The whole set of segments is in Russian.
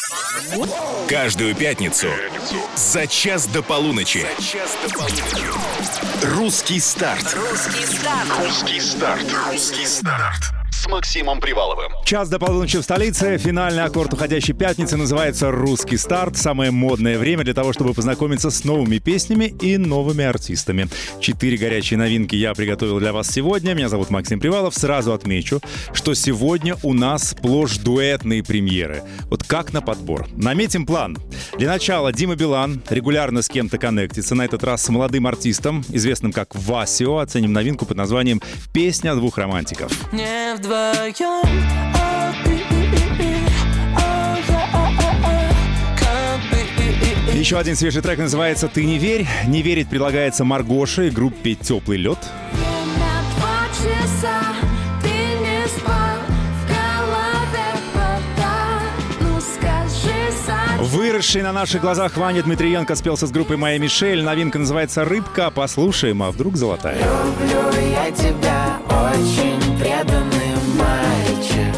Каждую пятницу за час до полуночи. Русский старт. С Максимом Приваловым. Час до полуночи в столице. Финальный аккорд уходящей пятницы называется «Русский старт». Самое модное время для того, чтобы познакомиться с новыми песнями и новыми артистами. 4 горячие новинки я приготовил для вас сегодня. Меня зовут Максим Привалов. Сразу отмечу, что сегодня у нас сплошь дуэтные премьеры. Вот как на подбор. Наметим план. Для начала Дима Билан регулярно с кем-то коннектится. На этот раз с молодым артистом, известным как Васио. Оценим новинку под названием «Песня двух романтиков». Не вдвоем. Еще один свежий трек называется «Ты не верь». Не верить предлагается Маргоше и группе «Теплый лед». Выросший на наших глазах Ваня Дмитриенко спелся с группой «Моя Мишель». Новинка называется «Рыбка». Послушаем, а вдруг золотая. Люблю я тебя, очень преданный мальчик.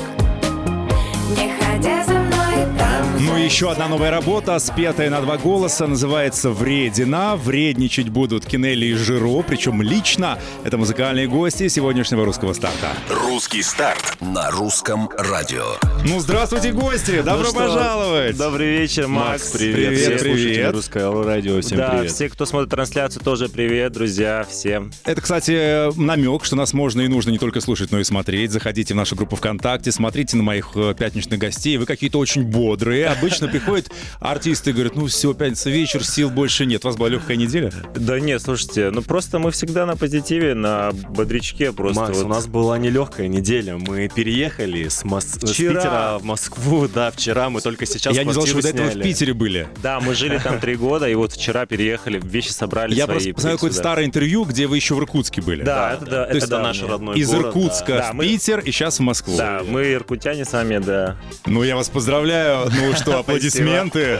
Не ходя за мной там. Ну и еще одна новая работа, спетая на 2 голоса, называется «Вредина». Вредничать будут Кинелли и Жиро, причем лично. Это музыкальные гости сегодняшнего «Русского старта». Русский старт на русском радио. Ну, здравствуйте, гости! Добро пожаловать! Добрый вечер, Макс. Привет, Все привет. слушатели Русского радио, всем Да, привет. все, кто смотрит трансляцию, тоже привет, друзья, всем. Это, кстати, намек, что нас можно и нужно не только слушать, но и смотреть. Заходите в нашу группу ВКонтакте, смотрите на моих пятничных гостей. Вы какие-то очень бодрые. Обычно приходят артисты и говорят, ну все, пятница вечер, сил больше нет. У вас была легкая неделя? Да нет, слушайте, ну просто мы всегда на позитиве, на бодрячке просто. Макс, вот. у нас была нелегкая неделя. Мы переехали с Питера в Москву. Да, вчера мы только сейчас Я не знал, что вы до этого в сняли. Питере были. Да, мы жили там 3 года, и вот вчера переехали, вещи собрали Я свои. просто посмотрел какое-то сюда. старое интервью, где вы еще в Иркутске были. Да, это да. То есть это наш родной Из город, Иркутска да. в Мы- Питер и сейчас в Москву. Да, мы иркутяне сами, да. Ну, я вас поздравляю. Ну что, аплодисменты.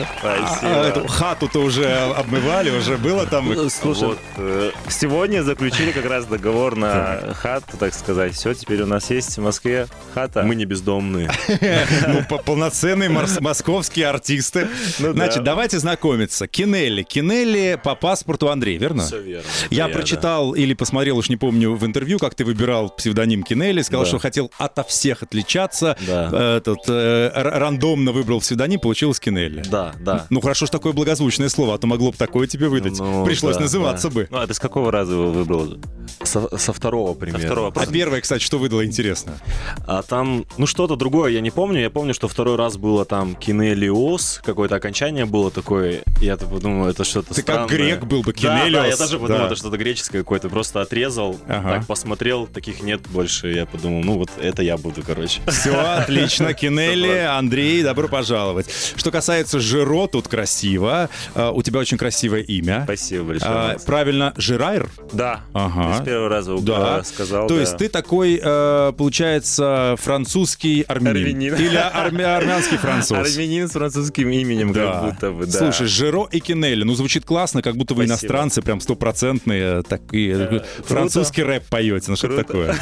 Эту хату-то уже обмывали, уже было там. Слушай, вот, сегодня заключили как раз договор на хату, так сказать. Все, теперь у нас есть в Москве хата. Мы не бездомные. Ну, полноценные московские артисты. Ну да. Значит, давайте знакомиться. Кинелли. Кинелли по паспорту Андрей, верно? Все верно. Я Это прочитал или посмотрел, уж не помню, в интервью, как ты выбирал псевдоним Кинелли, сказал, Да. что хотел ото всех отличаться. Да. Рандомно выбрал псевдоним, получилось Кинелли. Да, да. Ну хорошо, что такое благозвучное слово, а то могло бы такое тебе выдать. Ну, Пришлось да, называться бы. Ну, а ты с какого раза его выбрал? Со второго примера. второго. А первое, кстати, что выдало интересно? А там, ну что-то другое, я не помню. Я помню, что второй раз было там Кинелиос, какое-то окончание было такое. Я подумал, это что-то Ты странное. как грек был бы, Да, Кинелиос. я тоже подумал, Да. это что-то греческое какое-то. Просто отрезал, Ага. так посмотрел, таких нет больше. Я подумал, ну вот это я буду, короче. Все, отлично. Кинелли, Андрей, добро пожаловать. Что касается Жиро, тут красиво. У тебя очень красивое имя. Спасибо большое. Макс. Правильно, Жирайр? Да, Ага. с первого раза Да. сказал. То да. есть ты такой, получается, французский армянин. Армянин. Или армянский француз. Армянин с французским именем, Да. как будто бы, да. Слушай, Жиро и Кинелли, ну звучит классно, как будто вы Спасибо. иностранцы, прям стопроцентные, такие, французский рэп поете, ну что Круто. такое.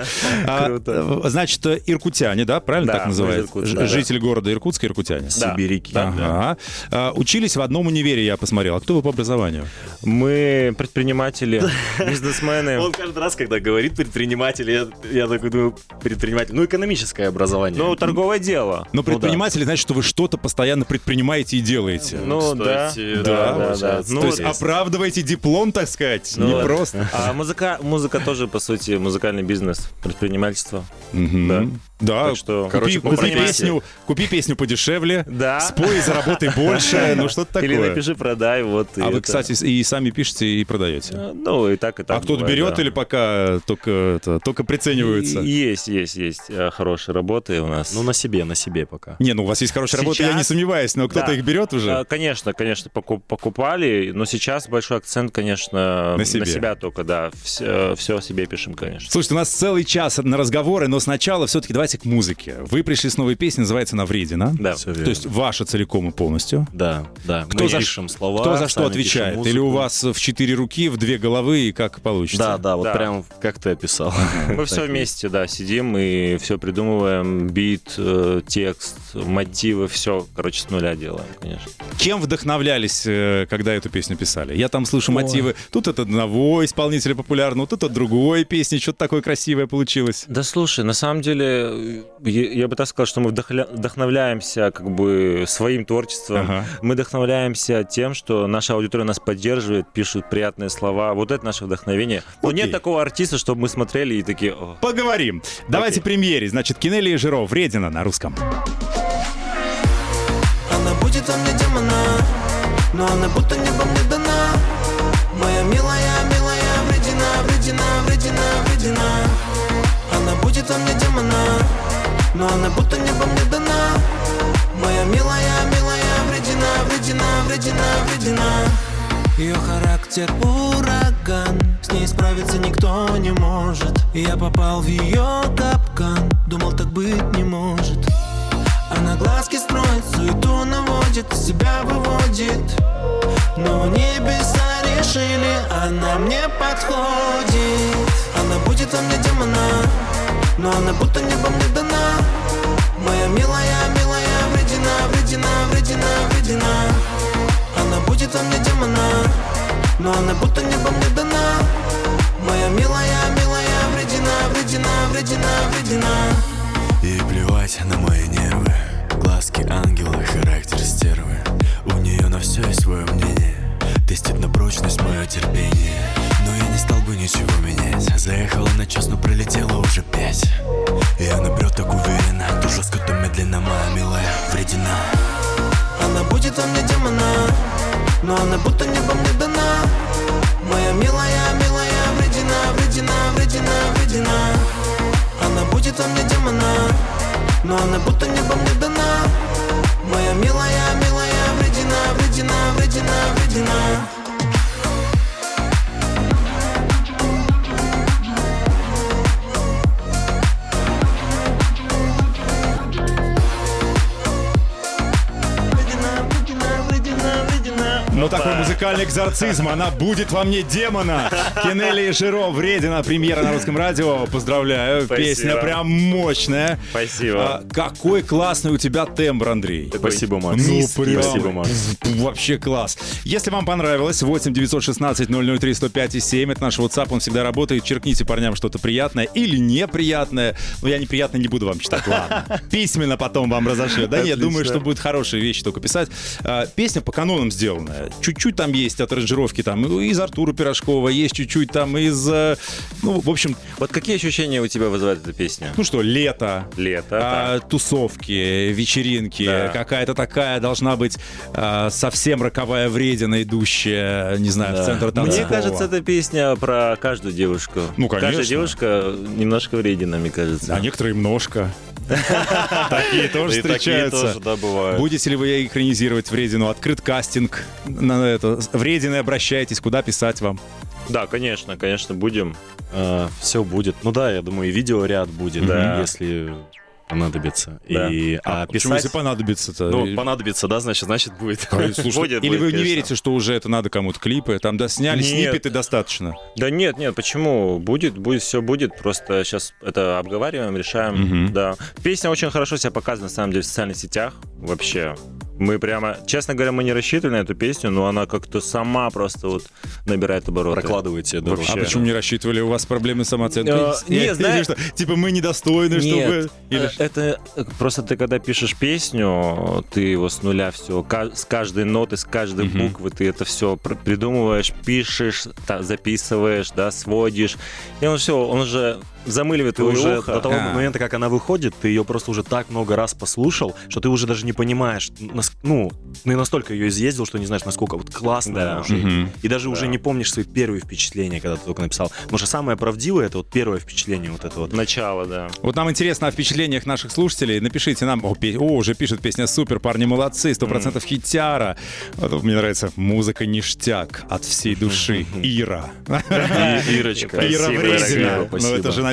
Круто. Значит, иркутяне, да, правильно Да, так мы из называют? Иркутска, да. Жители города Иркутска, иркутяне. Да. Сибиряки. Ага. Учились в одном универе, я посмотрел. А кто вы по образованию? Мы предприниматели, бизнесмены. Он каждый раз, когда говорит предприниматель, я такой думаю, предприниматель. Ну, экономическое образование. Ну, торговое дело. Но предприниматели, значит, что вы что-то постоянно предпринимаете и делаете. Ну, кстати, да. да, Да. получается. Ну, То есть вот- оправдываете диплом, так сказать, Ну, не вот. просто. А музыка тоже, по сути, музыкальный бизнес, предпринимательство. Мгм. Да. Да, Так что, короче, купи песню подешевле, Да. спой, заработай больше, ну что-то Или такое. напиши, продай, вот. и А вы, это. кстати, и сами пишете, и продаете. Ну, и так, и так. А кто-то бывает, берет да. или пока только прицениваются? Есть хорошие работы у нас. Ну, на себе пока. Не, ну у вас есть хорошая работа, я не Сейчас- сомневаюсь, но кто-то Да. их берет уже? Конечно, покупали, но сейчас большой акцент, конечно, На себе. на себя только, да. Все себе пишем, конечно. Слушайте, у нас целый час на разговоры, но сначала все-таки давайте к музыке. Вы пришли с новой песней, называется «На вредина». Да. Все верно. То есть ваша целиком и полностью? Да. Кто Мы за пишем слова, Кто за что сами пишем отвечает? музыку. Или у вас в 4 руки, в 2 головы, и как получится? Да, вот Да. прям как ты описал. Мы все вместе, да, сидим и все придумываем, бит, текст, мотивы, все, короче, с нуля делаем, конечно. Чем вдохновлялись, когда эту песню писали? Я там слышу мотивы. Тут от одного исполнителя популярного, тут от другой песни. Что-то такое красивое получилось. Да слушай, на самом деле, я бы так сказал, что мы вдохновляемся как бы своим творчеством. Ага. Мы вдохновляемся тем, что наша аудитория нас поддерживает, пишут приятные слова. Вот это наше вдохновение. Но Окей. нет такого артиста, чтобы мы смотрели и такие... «О». Поговорим. Давайте премьере. Значит, Кинелли и Жиро, «Вредина» на русском. Она будет во мне демона, но она будто небом не дана. Моя милая, милая, вредина, вредина, вредина, вредина. Она будет во мне демона, но она будто небом не дана. Моя милая, милая, вредина, вредина, вредина, вредина. Ее характер ураган, с ней справиться никто не может. Я попал в ее капкан, думал, так быть не может. Она глазки строит, суету наводит, себя выводит. Но небеса решили, она мне подходит. Она будет во мне демона, но она будто небом не дана. Моя милая, милая, вредина, вредина, вредина, вредина. Она будет во мне демона, но она будто небом не дана. Моя милая, милая, вредина, вредина, вредина, вредина. Ей плевать на мои нервы, глазки ангела, характер стервы. У нее на все есть свое мнение, тестит на прочность мое терпение. Но я не стал бы ничего менять. Заехала на час, но пролетела уже 5. И она брет так уверенно, то жестко, то медленно, моя милая вредина. Она будет во мне демона, но она будто небом не дана. Моя милая, милая, вредина, вредина, вредина, вредина. Она будет во мне демона, но она будто небом не дана. Моя милая, милая, вредина, вредина, вредина, вредина. Ну, такой музыкальный экзорцизм. Она будет во мне демона. Кинелли и Жиро, «Вредина», премьера на русском радио. Поздравляю. Спасибо. Песня прям мощная. Спасибо. Какой классный у тебя тембр, Андрей. Спасибо, Макс. Ну, прям Спасибо, Макс. вообще класс. Если вам понравилось, 8 916 003 105 и 7. Это наш WhatsApp, он всегда работает. Черкните парням что-то приятное или неприятное. Но я неприятно не буду вам читать, ладно. Письменно потом вам разошлю. Да нет, думаю, что будет хорошие вещи только писать. Песня по канонам сделанная. Чуть-чуть там есть от аранжировки, там из Артура Пирожкова, есть чуть-чуть там из... Ну, в общем, Вот какие ощущения у тебя вызывает эта песня? ну что, лето. Лето. Тусовки, вечеринки, Да. какая-то такая должна быть совсем роковая вредина, идущая, не знаю, в центр танцпола. Мне кажется, эта песня про каждую девушку. Ну, конечно. Каждая девушка немножко вредина, мне кажется. А некоторые немножко. Такие тоже И такие встречаются. тоже, да, бывают. Будете ли вы экранизировать «Вредину»? Открыт кастинг на это. «Вредины», обращайтесь, куда писать вам. Да, конечно, будем. Все будет. Ну да, я думаю, и видеоряд будет, Да. если понадобится. Да. Почему, Писать... если понадобится-то? Ну, понадобится, да, значит будет. Слушай, будет, или вы не конечно. верите, что уже это надо кому-то клипы? Там сняли Нет. сниппеты достаточно. Да нет, почему? Будет, все будет. Просто сейчас это обговариваем, решаем. Да. Песня очень хорошо себя показывает, на самом деле, в социальных сетях. Вообще. Мы прямо, честно говоря, мы не рассчитывали на эту песню, но она как-то сама просто вот набирает обороты. Прокладываете дорогу. А почему не рассчитывали? У вас проблемы с самооценкой? Нет, Или знаешь- что, типа мы недостойны, Нет, чтобы... Или... это просто ты когда пишешь песню, ты его с нуля все, с каждой ноты, с каждой буквы ты это все придумываешь, пишешь, записываешь, да, сводишь, и он уже замыливает Ты твое уже ухо. до того момента, как она выходит, ты ее просто уже так много раз послушал, что ты уже даже не понимаешь, ну, ты настолько ее изъездил, что не знаешь, насколько вот классно она уже. И даже уже не помнишь свои первые впечатления, когда ты только написал. Потому что самое правдивое — это вот первое впечатление, вот это вот. Начало, да. Вот нам интересно о впечатлениях наших слушателей. Напишите нам. Уже пишет песня «Супер, парни молодцы, 100% хитяра». Вот мне нравится «Музыка ништяк от всей души». Ира. Ирочка. Ира Спасибо, Вредина. дорогая, Ну это же, наверное,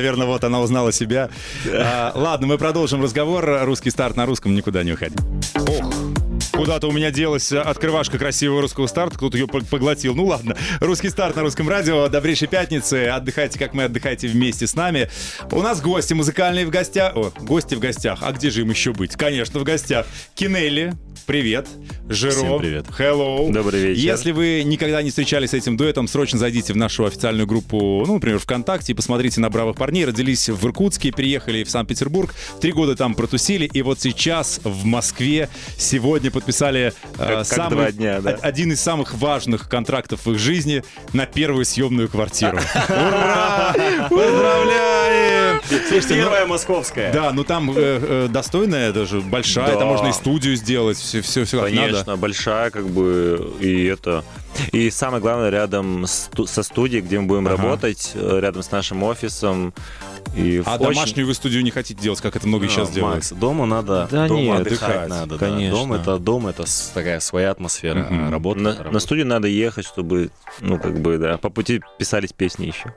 наверное, вот она узнала себя. Ладно, мы продолжим разговор. Русский старт на русском, никуда не уходи. Ох, куда-то у меня делась открывашка красивого русского старта, кто-то ее поглотил. Ну ладно, русский старт на русском радио. Добрейшей пятницы. Отдыхайте, как мы, отдыхайте вместе с нами. У нас гости музыкальные в гостях. О, гости в гостях. А где же им еще быть? Конечно, в гостях. Кинелли, привет. Жиро, всем привет. Hello. Добрый вечер. Если вы никогда не встречались с этим дуэтом, срочно зайдите в нашу официальную группу, ну, например, ВКонтакте, и посмотрите на бравых парней. Родились в Иркутске, переехали в Санкт-Петербург, 3 года там протусили, и вот сейчас в Москве сегодня подписали два дня, да? один из самых важных контрактов в их жизни на первую съемную квартиру. Ура! Поздравляем! Первая московская. Да, ну там достойная, даже большая, Да. там можно и студию сделать, все как Конечно, надо. большая, как бы, и это. И самое главное, рядом со студией, где мы будем работать, рядом с нашим офисом. И А очень- домашнюю вы студию не хотите делать, как это много сейчас делают? Макс, дома надо, Да дома нет, отдыхать отдыхать, надо. конечно. Да. Дом это такая своя атмосфера, а работа. это На работа. студию надо ехать, чтобы, ну, как бы, да, по пути писались песни еще.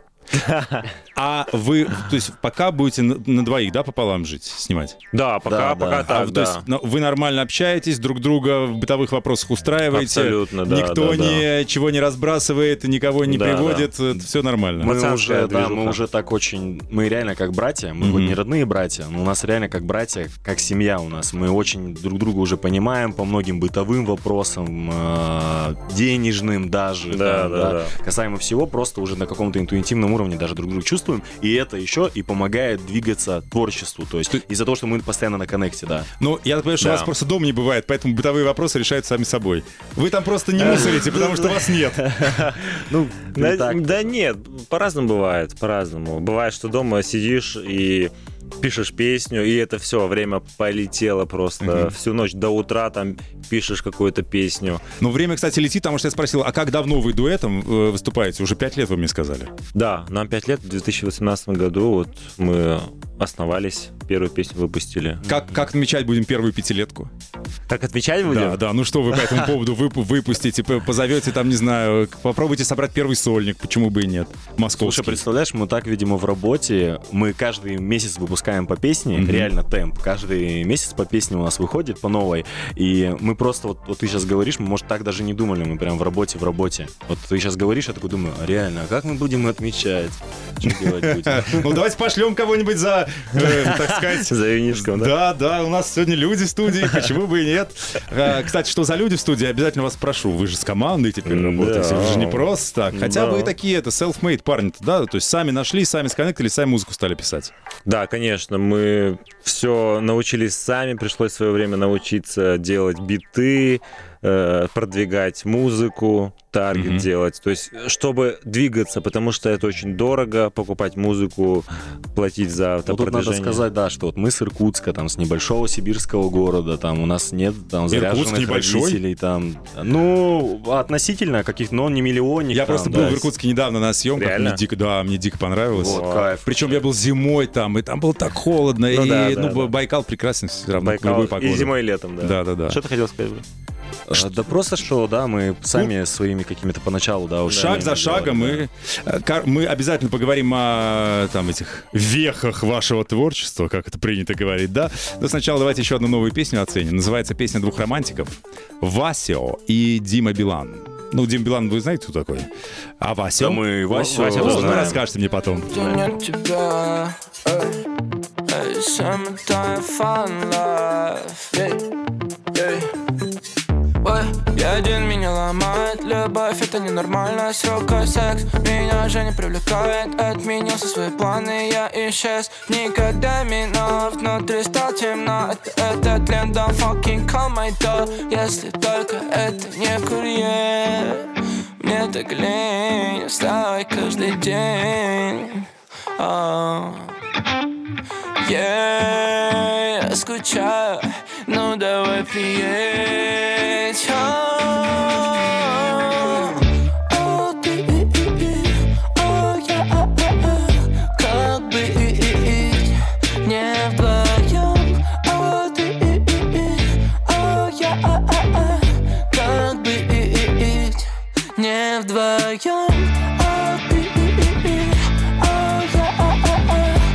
А вы, то есть, пока будете на двоих, да, пополам жить, снимать? Да, пока А, так, то есть, да. вы нормально общаетесь, друг друга в бытовых вопросах устраиваете? Абсолютно, да, Никто да, да. ничего не разбрасывает, никого не Да, приводит, все нормально. Мы Пацанская уже, да, мы движуха. уже так очень, мы реально как братья, мы хоть не родные братья, но у нас реально как братья, как семья у нас. Мы очень друг друга уже понимаем по многим бытовым вопросам, денежным даже, Да, да. касаемо всего, просто уже на каком-то интуитивном уровне даже друг друга чувствуем, и это еще и помогает двигаться творчеству, то есть из-за того, что мы постоянно на коннекте, да. Ну, я так понимаю, что у Да. вас просто дома не бывает, поэтому бытовые вопросы решаются сами собой. Вы там просто не мусорите, потому что вас нет. Ну, Да, не так. да нет, по-разному бывает, по-разному. Бывает, что дома сидишь и пишешь песню, и это все, время полетело просто. Всю ночь до утра там пишешь какую-то песню. Но время, кстати, летит, потому что я спросил, а как давно вы дуэтом выступаете? Уже 5 лет вы мне сказали. Да, нам 5 лет, в 2018 году вот мы основались, первую песню выпустили. Как отмечать будем первую пятилетку? Как отвечать будем? Да, ну что вы по этому поводу выпустите, позовете там, не знаю, попробуйте собрать первый сольник, почему бы и нет, московский. Слушай, представляешь, мы так, видимо, в работе, мы каждый месяц выпускаем по песне, реально темп, каждый месяц по песне у нас выходит по новой, и мы просто, вот ты сейчас говоришь, мы, может, так даже не думали, мы прям в работе. Вот ты сейчас говоришь, я такой думаю, реально, а как мы будем отмечать? Что делать будем? Ну давайте пошлем кого-нибудь за, так сказать... За винишком, да? Да, у нас сегодня люди в студии, почему бы и нет. Кстати, что за люди в студии, обязательно вас прошу. Вы же с командой теперь работаете, вы же не просто так. Хотя Да. вы такие, self-made парни-то, да? То есть сами нашли, сами сконнектили, сами музыку стали писать. Да, конечно, мы все научились сами, пришлось в свое время научиться делать биты, продвигать музыку, таргет делать. То есть, чтобы двигаться, потому что это очень дорого, покупать музыку, платить за Ну, тут надо продвижение. сказать, да, что вот мы с Иркутска, там, с небольшого сибирского города, там, у нас нет там заряженных небольшой? родителей, там, Ну, относительно каких-то, но не миллионник. Я там, просто да. был в Иркутске недавно на съемках, Реально? мне дико понравилось. Вот, кайф. Причем я был зимой там, и там было так холодно, Ну и да, да, да. Байкал прекрасен все равно, в Байкал любую погоду. и зимой, и летом, да. Да. Что ты хотел сказать? Да просто что, да, мы сами своими какими-то поначалу, да, уже... Шаг за шагом мы обязательно поговорим о там этих вехах вашего творчества, как это принято говорить, да? Но сначала давайте еще одну новую песню оценим. Называется песня двух романтиков. Васио и Дима Билан. Ну, Дима Билан, вы знаете, кто такой? А Васио? Да мы Васю Вася Ну, знаем. вы расскажете мне потом. Нет тебя, summertime fun life. Ой, я один, меня ломает любовь, это ненормально, с рукой секс меня уже не привлекает, отменил все свои планы, я исчез. Никогда минут, внутри стало темно, это тлен, don't fucking call my door, если только это не курьер. Мне так лень вставать каждый день. Я скучаю, ну давай приедь. Как быть не вдвоем? Как быть не вдвоем?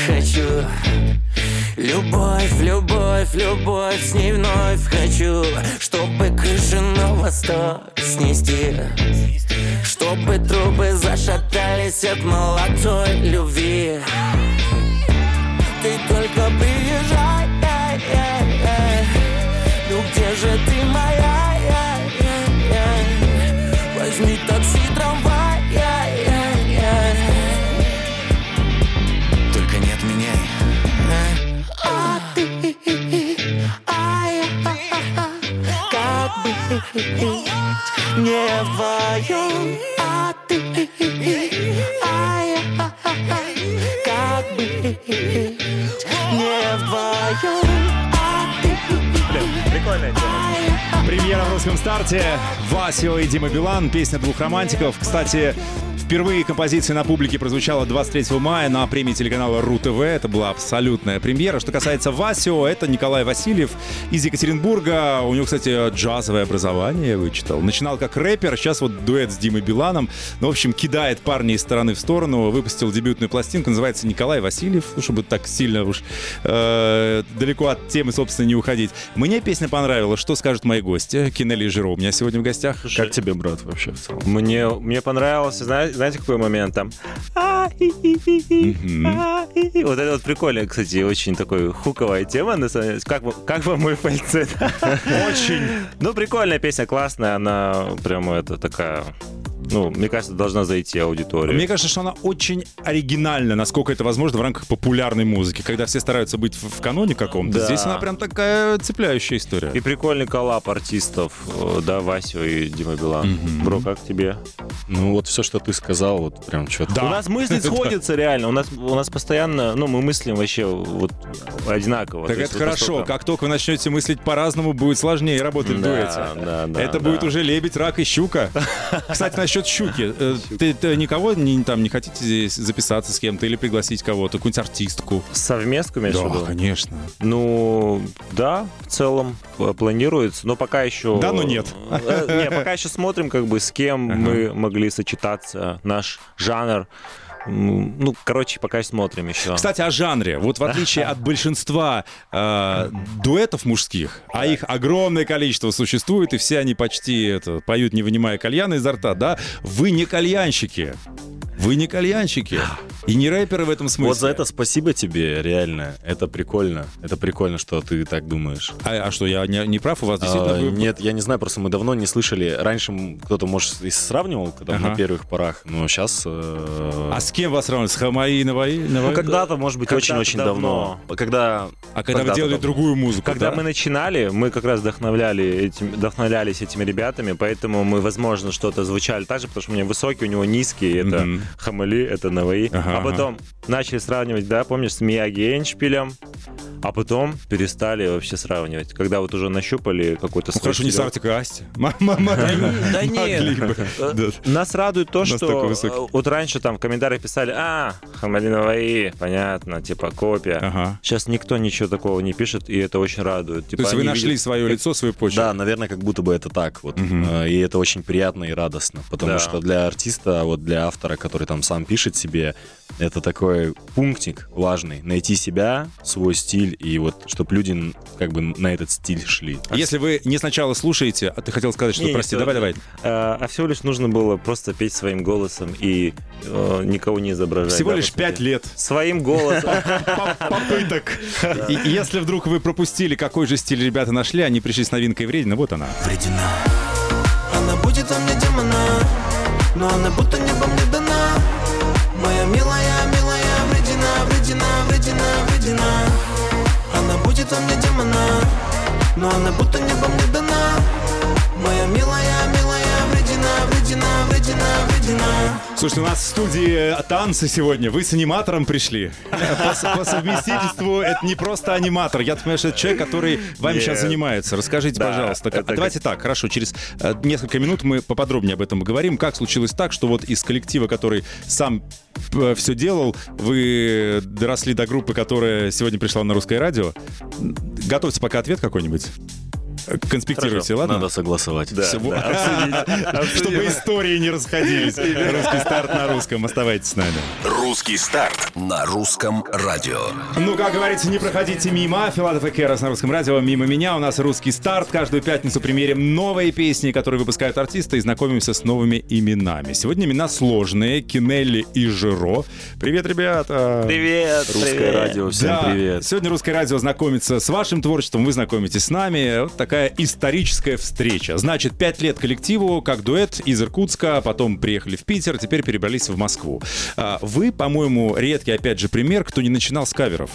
хочу. Любовь, любовь, любовь, с ней вновь хочу. Чтобы крышу на восток снести, чтобы трубы зашатались от молодой любви. Ты только приезжай, ну где же ты моя? Возьми такси, трамвай, только не отменяй. А ты, как быть не вдвоем? А ты, как быть не вдвоем? Прикольная тема. Премьера в русском старте. Васио и Дима Билан. Песня двух романтиков. Кстати, впервые композиция на публике прозвучала 23 мая на премии телеканала РУ-ТВ. Это была абсолютная премьера. Что касается Васио, это Николай Васильев из Екатеринбурга. У него, кстати, джазовое образование, я вычитал. Начинал как рэпер, сейчас вот дуэт с Димой Биланом. Ну, в общем, кидает парня из стороны в сторону. Выпустил дебютную пластинку, называется «Николай Васильев», чтобы так сильно уж далеко от темы, собственно, не уходить. Мне песня понравилась. Что скажут мои гости? Кинелли и Жиро у меня сегодня в гостях. Как тебе, брат, вообще в целом? Мне понравился, знаете, какой момент там? Вот это вот прикольно, кстати, очень такой хуковая тема, на самом деле. Как вам мой фальцет? Очень. Ну, прикольная песня, классная, она прямо это такая... Ну, мне кажется, должна зайти аудиторию. Мне кажется, что она очень оригинальна, насколько это возможно в рамках популярной музыки. Когда все стараются быть в каноне каком-то, Да. здесь она прям такая цепляющая история. И прикольный коллаб артистов, да, Васю и Дима Билан. Бро, как тебе? Ну вот все, что ты сказал, вот прям что-то. Да. У нас мысли сходятся реально. У нас постоянно, ну, мы мыслим вообще вот одинаково. Так То есть это вот хорошо. настолько- Как только вы начнете мыслить по-разному, будет сложнее работать в дуэте. Да, Это будет уже лебедь, рак и щука. Кстати, насчет щуки. Ты никого не хотите здесь записаться с кем-то или пригласить кого-то, какую-нибудь артистку? Совместку, имеешь в Да, виду? конечно. Ну, да, в целом планируется, но пока еще... Да, но нет. Не, пока еще смотрим, как бы, с кем мы могли сочетаться, наш жанр. Ну, короче, пока смотрим еще. Кстати, о жанре. Вот в отличие от большинства дуэтов мужских, а их огромное количество существует, и все они почти поют, не вынимая кальяна изо рта, да? Вы не кальянщики. Вы не кальянщики. И не рэперы в этом смысле. Вот за это спасибо тебе, реально. Это прикольно. Это прикольно, что ты так думаешь. А что, я не прав? У вас действительно... Нет, я не знаю, просто мы давно не слышали. Раньше кто-то, может, и сравнивал когда на первых порах, но сейчас... А с кем вас сравнивали? С Хамаи и Наваи? Ну, Когда-то, может быть, когда-то очень-очень давно. Когда А когда вы когда-то делали давно. другую музыку, Когда да? мы начинали, мы как раз вдохновлялись этими ребятами, поэтому мы, возможно, что-то звучали так же, потому что у меня высокий, у него низкий, это Хамали, это Наваи. Ага, А потом начали сравнивать, да, помнишь, с Мияги и Эндшпилем, а потом перестали вообще сравнивать. Когда вот уже нащупали какой-то Ну, свой хорошо, не с стиль. Артик и Асти. Да нет. Нас радует то, Настолько что высокий. вот раньше там в комментариях писали: Хамали Наваи, понятно, типа копия. Ага. Сейчас никто ничего такого не пишет, и это очень радует. То Типа, есть вы они нашли видят- свое лицо, свою почву. Да, наверное, как будто бы это так вот. И это очень приятно и радостно, потому Да. что для артиста, вот для автора, который там сам пишет себе, это такой пунктик важный. Найти себя, свой стиль, и вот, чтобы люди как бы на этот стиль шли. Если вы не сначала слушаете, а ты хотел сказать, что, Не, прости, всё, давай. А всего лишь нужно было просто петь своим голосом и никого не изображать. Всего да, лишь по сути. 5 лет Своим голосом. попыток. И если вдруг вы пропустили, какой же стиль ребята нашли, они пришли с новинкой «Вредина», вот она. Вредина. Она будет во мне демона, но она будто небом не дана. Моя милая, милая, вредина, вредина, вредина, вредина. Она будет во мне демона, но она будто небом не дана. Моя милая, милая, вредина, вредина, вредина, вредина. Слушайте, у нас в студии танцы сегодня. Вы с аниматором пришли. По совместительству это не просто аниматор. Я понимаю, что это человек, который вами сейчас занимается. Расскажите, Да, пожалуйста. это Давайте так, хорошо, через несколько минут мы поподробнее об этом поговорим. Как случилось так, что вот из коллектива, который сам все делал, вы доросли до группы, которая сегодня пришла на Русское радио. Готовьте пока ответ какой-нибудь. Конспектируйте, ладно? Надо согласовать. Чтобы истории не расходились. Русский старт на русском. Оставайтесь с нами. Русский старт на русском радио. Ну, как говорится, не проходите мимо. Филатов и Керас на русском радио. Мимо меня у нас русский старт. Каждую пятницу примерим новые песни, которые выпускают артисты, и знакомимся с новыми именами. Сегодня имена сложные. Кинелли и Жиро. Привет, ребята. Привет. Русское радио, всем привет. Сегодня русское радио знакомится с вашим творчеством, вы знакомитесь с нами. Вот такая историческая встреча. Значит, 5 лет коллективу, как дуэт из Иркутска, потом приехали в Питер, теперь перебрались в Москву. Вы, по-моему, редкий, опять же, пример, кто не начинал с каверов.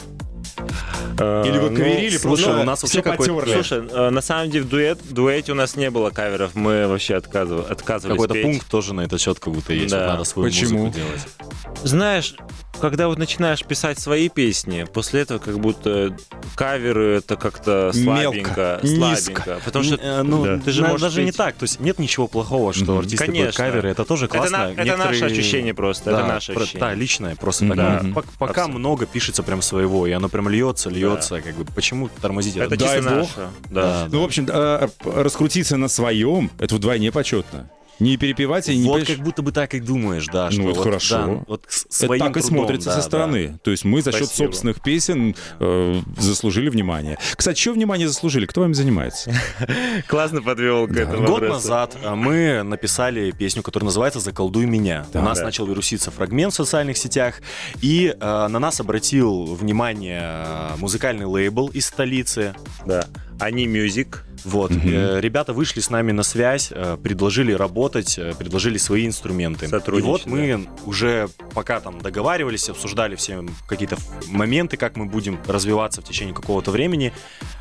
Или вы каверили, слушай, у нас вообще какой-то... Слушай, на самом деле в дуэте у нас не было каверов, мы вообще отказывались Какой-то петь. пункт тоже на этот счет как будто есть, Да. вот надо свою Почему? музыку делать. Знаешь, когда вот начинаешь писать свои песни, после этого как будто каверы это как-то слабенько, Мелко, низко. слабенько. Потому что ты же Да, можешь даже не петь. так, то есть нет ничего плохого, что артисты поют Конечно. каверы, это тоже классно. Это наше ощущение просто, это наше ощущение. Да, личное просто. Да. Так. Пока много пишется прям своего, и оно прям льется, как бы, почему тормозить Это Дай чисто бог. наше. Да. Ну, в общем, раскрутиться на своем, это вдвойне почетно. Не перепевать и не Вот петь. как будто бы так и думаешь, да. Ну, что это вот, хорошо. да, вот Это своим так и трудом, смотрится да, со стороны. То есть мы за счет Спасибо. собственных песен заслужили внимание. Кстати, что внимание заслужили? Кто вами занимается? Классно подвел к этому Год вопросу. назад мы написали песню, которая называется «Заколдуй меня». Да. У нас Да. начал вируситься фрагмент в социальных сетях, и на нас обратил внимание музыкальный лейбл из столицы. Да. Они Music. Вот. Ребята вышли с нами на связь, предложили работать, предложили свои инструменты. И Сотрудничать, вот мы уже пока там договаривались, обсуждали все какие-то моменты, как мы будем развиваться в течение какого-то времени.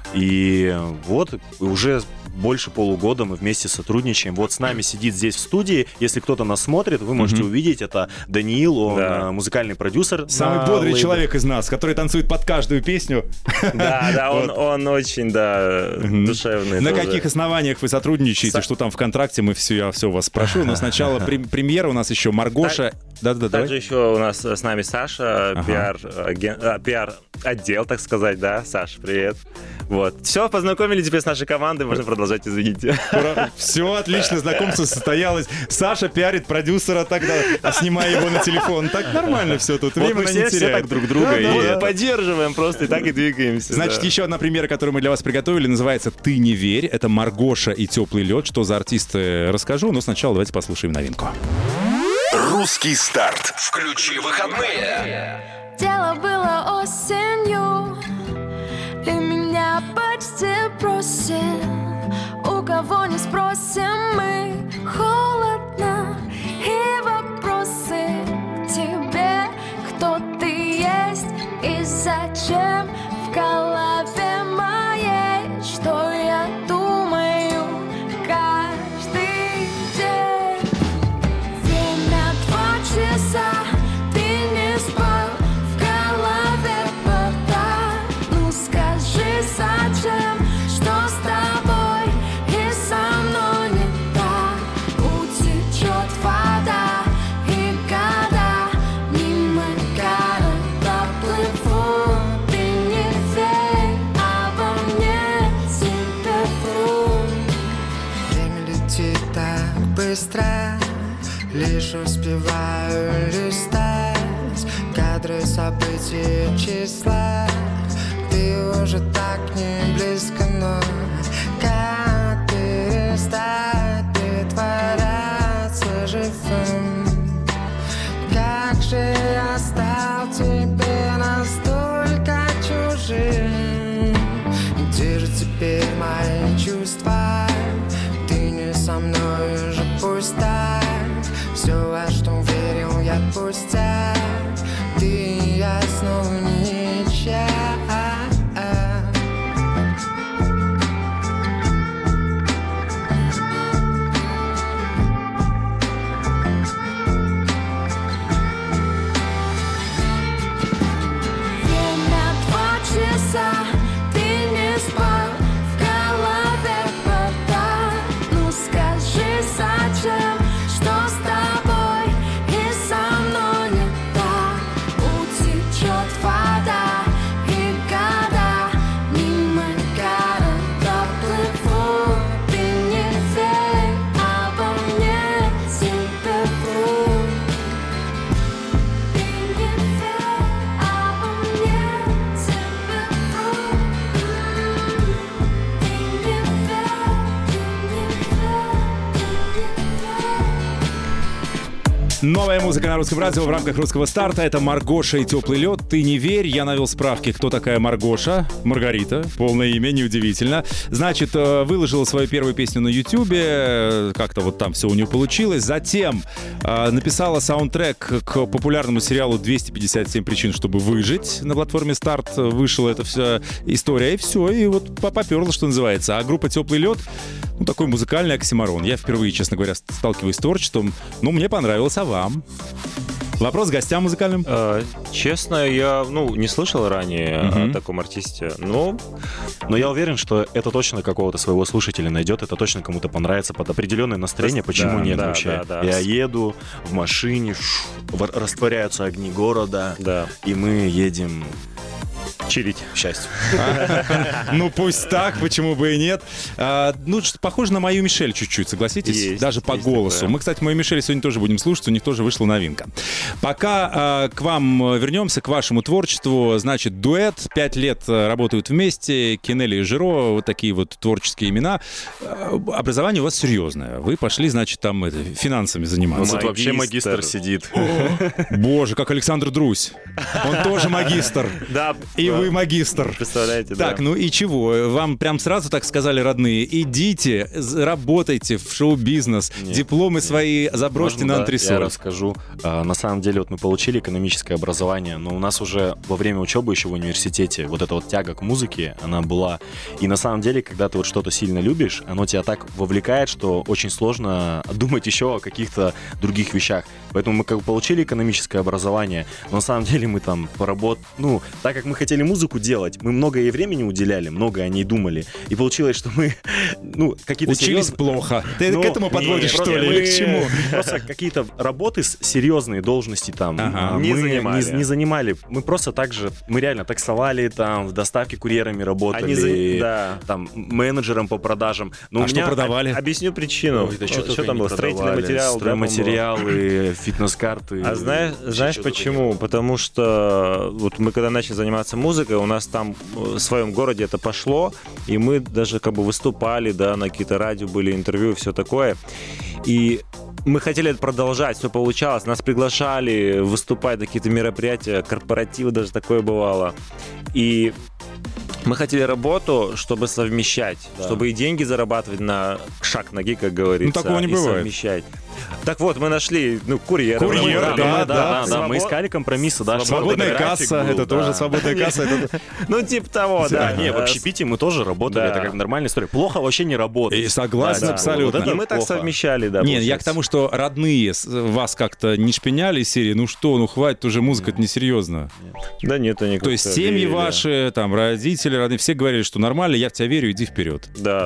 И вот уже больше полугода мы вместе сотрудничаем. Вот с нами сидит здесь в студии. Если кто-то нас смотрит, вы можете увидеть, это Даниил, он Да. музыкальный продюсер. Самый на бодрый лейбле. человек из нас, который танцует под каждую песню. Да, он очень, душевный. На тоже. каких основаниях вы сотрудничаете? Что там в контракте? Я все у вас спрошу. Но сначала премьера у нас еще Маргоша. Да-да-да, Также давай. еще у нас с нами Саша, Ага. пиар-отдел, так сказать, да. Саша, привет. Вот. Все, познакомили теперь с нашей командой, можно продолжать, извините. Все отлично, знакомство состоялось. Саша пиарит продюсера тогда, снимая его на телефон. Так нормально все тут. Вот Время мы не все теряем. так друг друга Да, и да, да. поддерживаем просто, и так и двигаемся. Значит, да. еще одна премьера, которую мы для вас приготовили, называется «Ты не верь». Это Маргоша и «Теплый лед». Что за артисты, расскажу, но сначала давайте послушаем новинку. Русский старт. Включи выходные. Дело было осенью, и меня почти бросил. У кого не спросим мы, холодно, и вопросы к тебе, кто ты есть и зачем в голове моей, что я думаю каждый день. Время 2 часа, ты не спал, в голове бардак. Ну скажи, зачем, что с тобой и со мной не так? Утечет вода, и года мимо города плывут. Ты не верь, а во мне тебе врут. Время летит так быстро, лишь успеваю листать кадры событий числа. Ты уже так не близко, но как перестать притворяться живым? Как же я стал тебе настолько чужим? Где же теперь мои чувства? Ты не со мной уже, пусть так. Все, во что верил я, пустяк. Ты и я снова ничья. Время 2 часа, ты не спал, в голове бардак. Ну скажи, зачем, что с тобой и со мной не Новая музыка на Русском радио в рамках Русского старта. Это Маргоша и «Теплый лед». Ты не верь, я навел справки, кто такая Маргоша. Маргарита, полное имя, неудивительно. Значит, выложила свою первую песню на Ютубе, как-то вот там все у нее получилось. Затем написала саундтрек к популярному сериалу «257 причин, чтобы выжить». На платформе «Старт» вышла эта вся история, и все, и вот поперло, что называется. А группа «Теплый лед», ну, такой музыкальный оксиморон. Я впервые, честно говоря, сталкиваюсь с творчеством. Ну, мне понравилось, а вам? Вопрос к гостям музыкальным. Честно, я не слышал ранее о таком артисте, но я уверен, что это точно какого-то своего слушателя найдет, это точно кому-то понравится под определенное настроение. Почему нет вообще? Я еду в машине, растворяются огни города, и мы едем чилить, к счастью. Ну, пусть так, почему бы и нет. Ну, похоже на «Мою Мишель» чуть-чуть, согласитесь? Даже по голосу. Мы, кстати, «Мою Мишель» сегодня тоже будем слушать, у них тоже вышла новинка. Пока к вам вернемся, к вашему творчеству. Значит, дуэт, 5 лет работают вместе, Кинели и Жиро, вот такие вот творческие имена. Образование у вас серьезное. Вы пошли, значит, там финансами заниматься. Тут вообще магистр сидит. Боже, как Александр Друзь. Он тоже магистр. Да. И вы магистр. Представляете, так, ну и чего? Вам прям сразу так сказали родные: идите, работайте в шоу-бизнес, дипломы свои забросьте на антресоль. Я расскажу. На самом деле, вот мы получили экономическое образование, но у нас уже во время учебы еще в университете вот эта вот тяга к музыке, она была. И на самом деле, когда ты вот что-то сильно любишь, оно тебя так вовлекает, что очень сложно думать еще о каких-то других вещах. Поэтому мы как бы получили экономическое образование, но на самом деле мы там поработали, так как мы хотели музыку делать, мы много ей времени уделяли, много о ней думали. И получилось, что мы, какие-то учились плохо. Ты к этому подводишь, что ли, или к чему? Просто какие-то работы, серьезные должности там не занимали. Мы просто так же, мы реально таксовали, там, в доставке курьерами работали, там, менеджером по продажам. А что продавали? Объясню причину. Что там было? Строительный материал? Стройматериалы, фитнес-карты. А знаешь почему? Потому что вот мы когда начали заниматься музыкой, у нас там в своем городе это пошло, и мы даже как бы выступали, на какие-то радио были интервью и все такое. И мы хотели это продолжать, все получалось. Нас приглашали выступать на какие-то мероприятия, корпоративы даже такое бывало. И мы хотели работу, чтобы совмещать, чтобы и деньги зарабатывать на шаг ноги, как говорится. Ну, такого не бывает. Совмещать. Так вот, мы нашли, курьера. Да, мы искали компромиссы, да. Свободная касса, это тоже свободная касса. Типа того, да. Не, в общепите мы тоже работали, это как нормальная история. Плохо вообще не работать. И согласен абсолютно. И мы так совмещали, да. Не, я к тому, что родные вас как-то не шпиняли из серии, хватит, уже музыка, это несерьезно. Да нет, никак. То есть семьи ваши, там, родители, родные, все говорили, что нормально, я в тебя верю, иди вперед. Да.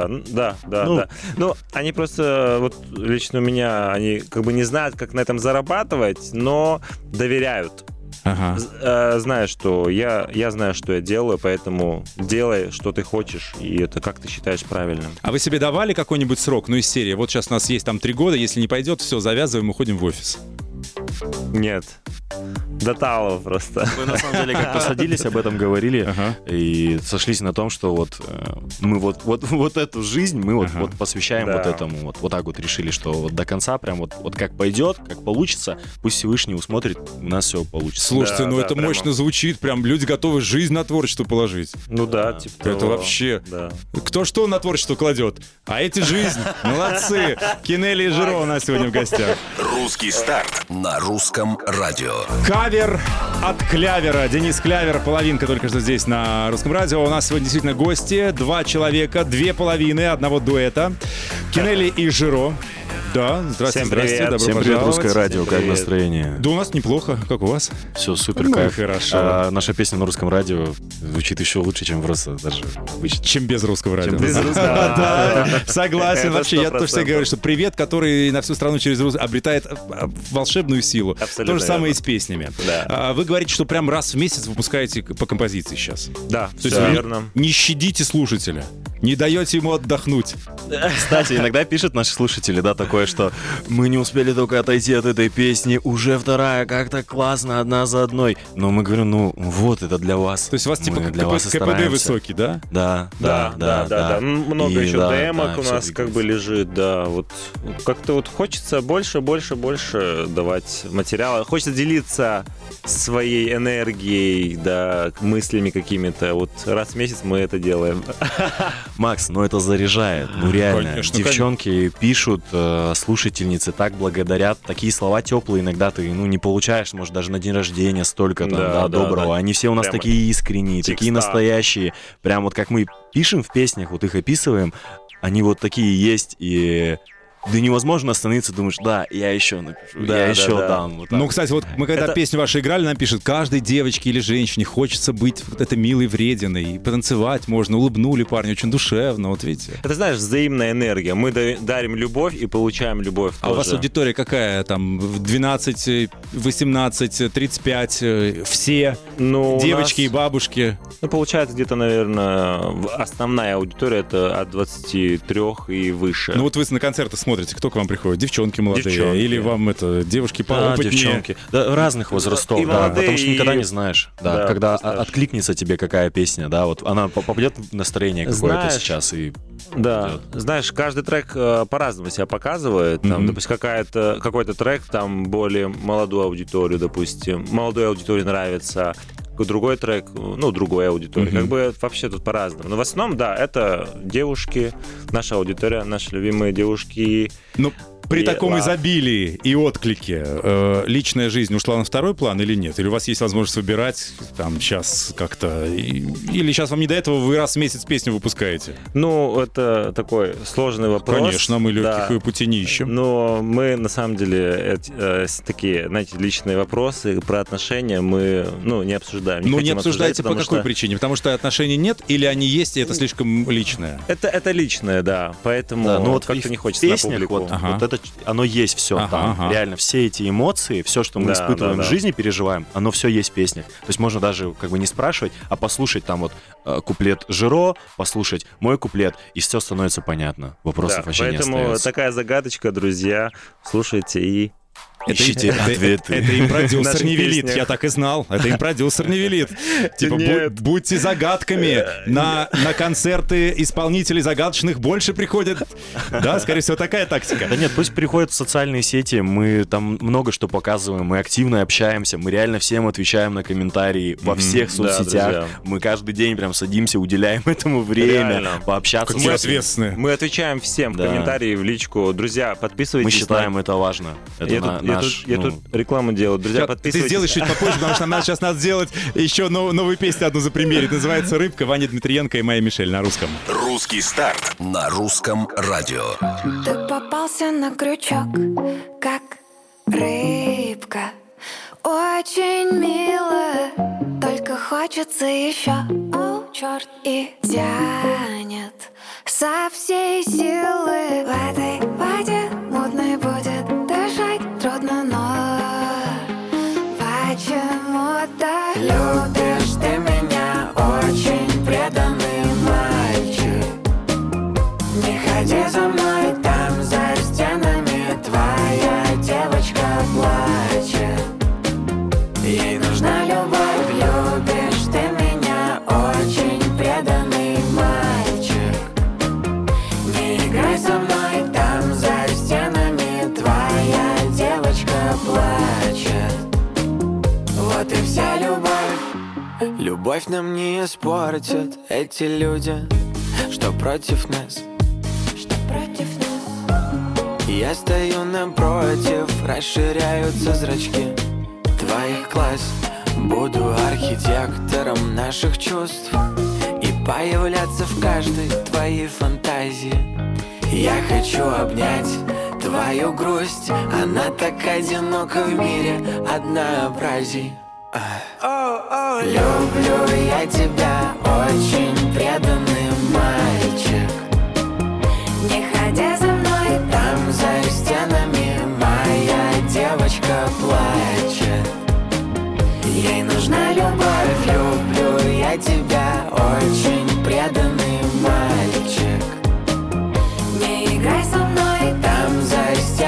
Ну, они просто, вот лично у меня, они как бы не знают, как на этом зарабатывать, но доверяют. Зная, что я знаю, что я делаю, поэтому делай, что ты хочешь, и это как ты считаешь правильным. А вы себе давали какой-нибудь срок, из серии? Вот сейчас у нас есть там 3 года, если не пойдет, все, завязываем, уходим в офис. Нет. До талого просто. Мы на самом деле как-то садились, об этом говорили, и сошлись на том, что вот мы вот эту жизнь мы вот посвящаем вот этому. Вот так вот решили, что вот до конца прям вот как пойдет, как получится, пусть Всевышний усмотрит, у нас все получится. Слушайте, это мощно звучит, прям люди готовы жизнь на творчество положить. Типа это вообще. Кто что на творчество кладет? А эти жизнь. Молодцы. Кинели и Жиро у нас сегодня в гостях. Русский старт на Русском радио. Кавер от Клявера. Денис Клявер, половинка только что здесь на Русском радио. У нас сегодня действительно гости. 2 человека, 2 половины одного дуэта. Кинели и Жиро. Да, здравствуйте, добро пожаловать. Всем привет, Русское радио, как настроение? Да у нас неплохо, как у вас? Все супер, кайф. Хорошо. Наша песня на Русском радио звучит еще лучше, чем просто даже обычно. Чем без Русского радио. Без Русского. Да, согласен. Вообще, я тоже всегда говорю, что привет, который на всю страну через русский обретает волшебную силу. То же самое и с песнями. Вы говорите, что прям раз в месяц выпускаете по композиции сейчас. Да, все верно. Не щадите слушателя, не даете ему отдохнуть. Кстати, иногда пишут наши слушатели, такое, такое, что мы не успели только отойти от этой песни, уже вторая, как-то классно, одна за одной. Но мы говорим, ну вот, это для вас. То есть у вас типа для вас и КПД стараемся. высокий, да? Да. Много И еще демок у всё нас как бы лежит, да. Вот как-то вот хочется больше давать материала. Хочется делиться своей энергией, да, мыслями какими-то. Вот раз в месяц мы это делаем. Макс, ну это заряжает, ну реально. Конечно, Девчонки пишут, слушательницы так благодарят, такие слова теплые иногда ты не получаешь, может даже на день рождения столько там, Да, доброго. да. Они все у нас Прямо такие искренние, текста. такие настоящие. Прям вот как мы пишем в песнях, вот их описываем, они вот такие есть, и да невозможно остановиться, думаешь, да, я еще напишу, Да, я да, еще да. дам. Вот так. Ну, кстати, вот мы когда Это- песню вашу играли, нам пишут, каждой девочке или женщине хочется быть вот этой милой, врединой, и потанцевать можно, улыбнули парни, очень душевно, вот видите. Это, знаешь, взаимная энергия. Мы дарим любовь и получаем любовь А тоже. у вас аудитория какая там? 12, 18, 35, все? Ну, у Девочки нас, и бабушки? Ну, получается, где-то, наверное, основная аудитория это от 23 и выше. Ну вот вы на концерты смотрите, кто к вам приходит? Девчонки молодые? Девчонки. Или вам это девушки Да, поопытнее? девчонки. Да, разных возрастов, И да, молодые, потому что никогда и- не знаешь, да, Да, когда постарше. откликнется тебе какая песня, да, вот она попадет в настроение какое-то Знаешь, сейчас и Да, идет. знаешь, каждый трек по-разному себя показывает. Там, допустим, какой-то трек там более молодую аудиторию, допустим, молодой аудитории нравится. Другой трек, другой аудитории. Как бы вообще тут по-разному. Но в основном, да, это девушки, наша аудитория, наши любимые девушки. Ну, при И таком лав. изобилии и отклике личная жизнь ушла на второй план или нет? Или у вас есть возможность выбирать там сейчас как-то? Или сейчас вам не до этого, вы раз в месяц песню выпускаете? Ну, это такой сложный вопрос. Конечно, мы легких Да. пути не ищем. Но мы, на самом деле, такие, знаете, личные вопросы про отношения мы, не обсуждаем. Ну, не хотим обсуждайте по потому какой что причине? Потому что отношений нет или они есть, и это слишком личное? Это личное, да. Поэтому Да, ну вот как-то в не хочется на песнях публику. вот, Ага. вот это, оно есть все Ага, там. ага. Реально, все эти эмоции, все, что мы Да, испытываем да, в да. жизни, переживаем, оно все есть в песнях. То есть можно даже как бы не спрашивать, а послушать там вот куплет Жиро, послушать мой куплет, и все становится понятно. Вопросов Да, вообще не поэтому остается. такая загадочка, друзья. Слушайте и... Ищите ответы. Это им продюсер Наши не велит, песни. я так и знал. Это им продюсер не велит. Типа, Нет. будьте загадками. На концерты исполнителей загадочных больше приходят. Да, скорее всего, такая тактика. Да нет, пусть приходят в социальные сети, мы там много что показываем, мы активно общаемся, мы реально всем отвечаем на комментарии во всех Да, соцсетях. друзья. Мы каждый день прям садимся, уделяем этому время, Реально. пообщаться. Какие с ответственные. Мы отвечаем всем в Да. комментарии, в личку. Друзья, подписывайтесь. Мы считаем это важно. Это Я тут рекламу делаю. Друзья, Ты подписывайтесь. сделаешь чуть попозже, потому что нам сейчас надо сделать еще новую песню одну запримерить. Называется «Рыбка», Ваня Дмитриенко и Майя Мишель на русском. Русский старт на русском радио. Ты попался на крючок, как рыбка. Очень мило, только хочется еще. О, черт, и тянет со всей силы. В этой воде мутной будет дышать трудно, но почему-то любишь ты меня, очень преданный мальчик. Не ходи за мной, там за стенами твоя девочка плачет. Ей нужна любовь, любишь ты меня, очень преданный мальчик. Не играй со мной, там за стенами твоя девочка плачет. Вот и вся любовь. Любовь нам не испортят эти люди, что против нас. Что против нас? Я стою напротив, расширяются зрачки твоих глаз. Буду архитектором наших чувств и появляться в каждой твоей фантазии. Я хочу обнять твою грусть, она так одинока в мире однообразий. Люблю я тебя, очень преданный мальчик. Не ходя за мной, Там за стенами моя девочка плачет. Ей нужна любовь, люблю я тебя, очень преданный мальчик. не играй со мной, Там за стенами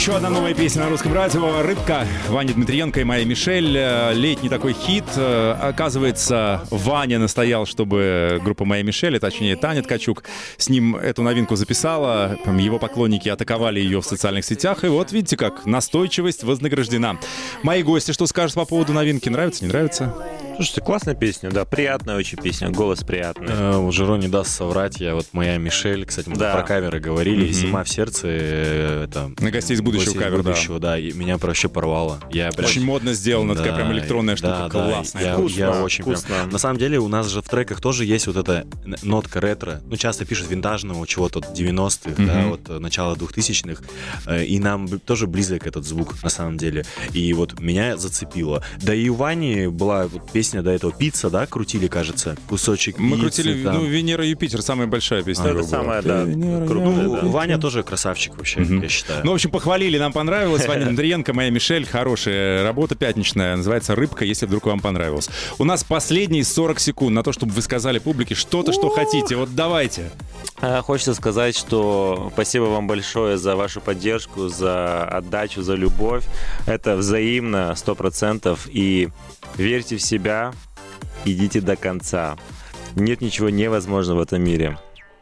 Еще одна новая песня на русском радио. «Рыбка». Ваня Дмитриенко и Майя Мишель. Летний такой хит. Оказывается, Ваня настоял, чтобы группа Майя Мишель, точнее Таня Ткачук, с ним эту новинку записала. Его поклонники атаковали ее в социальных сетях. И вот, видите как, настойчивость вознаграждена. Мои гости что скажут по поводу новинки? Нравится, не нравится? Слушайте, классная песня, да, приятная очень песня, голос приятный. Жиро не даст соврать, я вот «Моя Мишель», кстати, мы про каверы говорили, «Зима в сердце», это... На «Гостей из будущего» кавер, да, и меня вообще порвало. Очень модно сделано, такая прям электронная штука, классная. Вкусно, очень вкусно. На самом деле у нас же в треках тоже есть вот эта нотка ретро, часто пишут винтажного чего-то 90-х, да, вот начала 2000-х, и нам тоже близок этот звук, на самом деле. И вот меня зацепило. Да и у Вани была вот песня до этого «Пицца», да, крутили, кажется, кусочек Мы пиццы, крутили, там. «Венера и Юпитер», самая большая песня. Это самая, да, крутая, да. Ваня тоже красавчик вообще, я считаю. Ну, в общем, похвалили, нам понравилось. Ваня Дмитриенко, Майя Мишель, хорошая работа пятничная, называется «Рыбка», если вдруг вам понравилось. У нас последние 40 секунд на то, чтобы вы сказали публике что-то, что хотите. Вот давайте. Хочется сказать, что спасибо вам большое за вашу поддержку, за отдачу, за любовь. Это взаимно, 100%. И верьте в себя, идите до конца. Нет ничего невозможного в этом мире.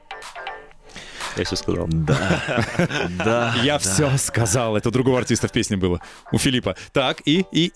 Я все сказал. Да. Я все сказал. Это у другого артиста в песне было. У Филиппа. Так,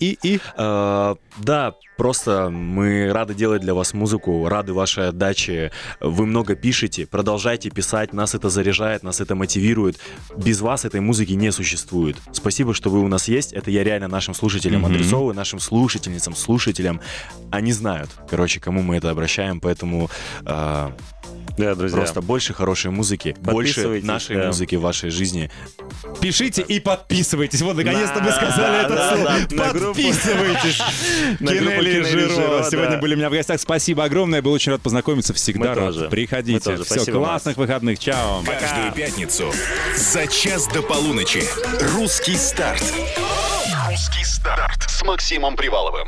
Да, просто мы рады делать для вас музыку, рады вашей отдаче. Вы много пишете, продолжайте писать. Нас это заряжает, нас это мотивирует. Без вас этой музыки не существует. Спасибо, что вы у нас есть. Это я реально нашим слушателям адресовываю, нашим слушательницам, слушателям. Они знают, кому мы это обращаем, поэтому... Да, друзья. Просто больше хорошей музыки, больше нашей музыки в вашей жизни. Пишите и подписывайтесь. Вот, наконец-то мы сказали это слово. Подписывайтесь. Кинелли и Жиро сегодня были у меня в гостях. Спасибо огромное. Был очень рад познакомиться. Всегда рад. Приходите. Все, классных выходных. Чао. Каждую пятницу за час до полуночи. «Русский старт». «Русский старт» с Максимом Приваловым.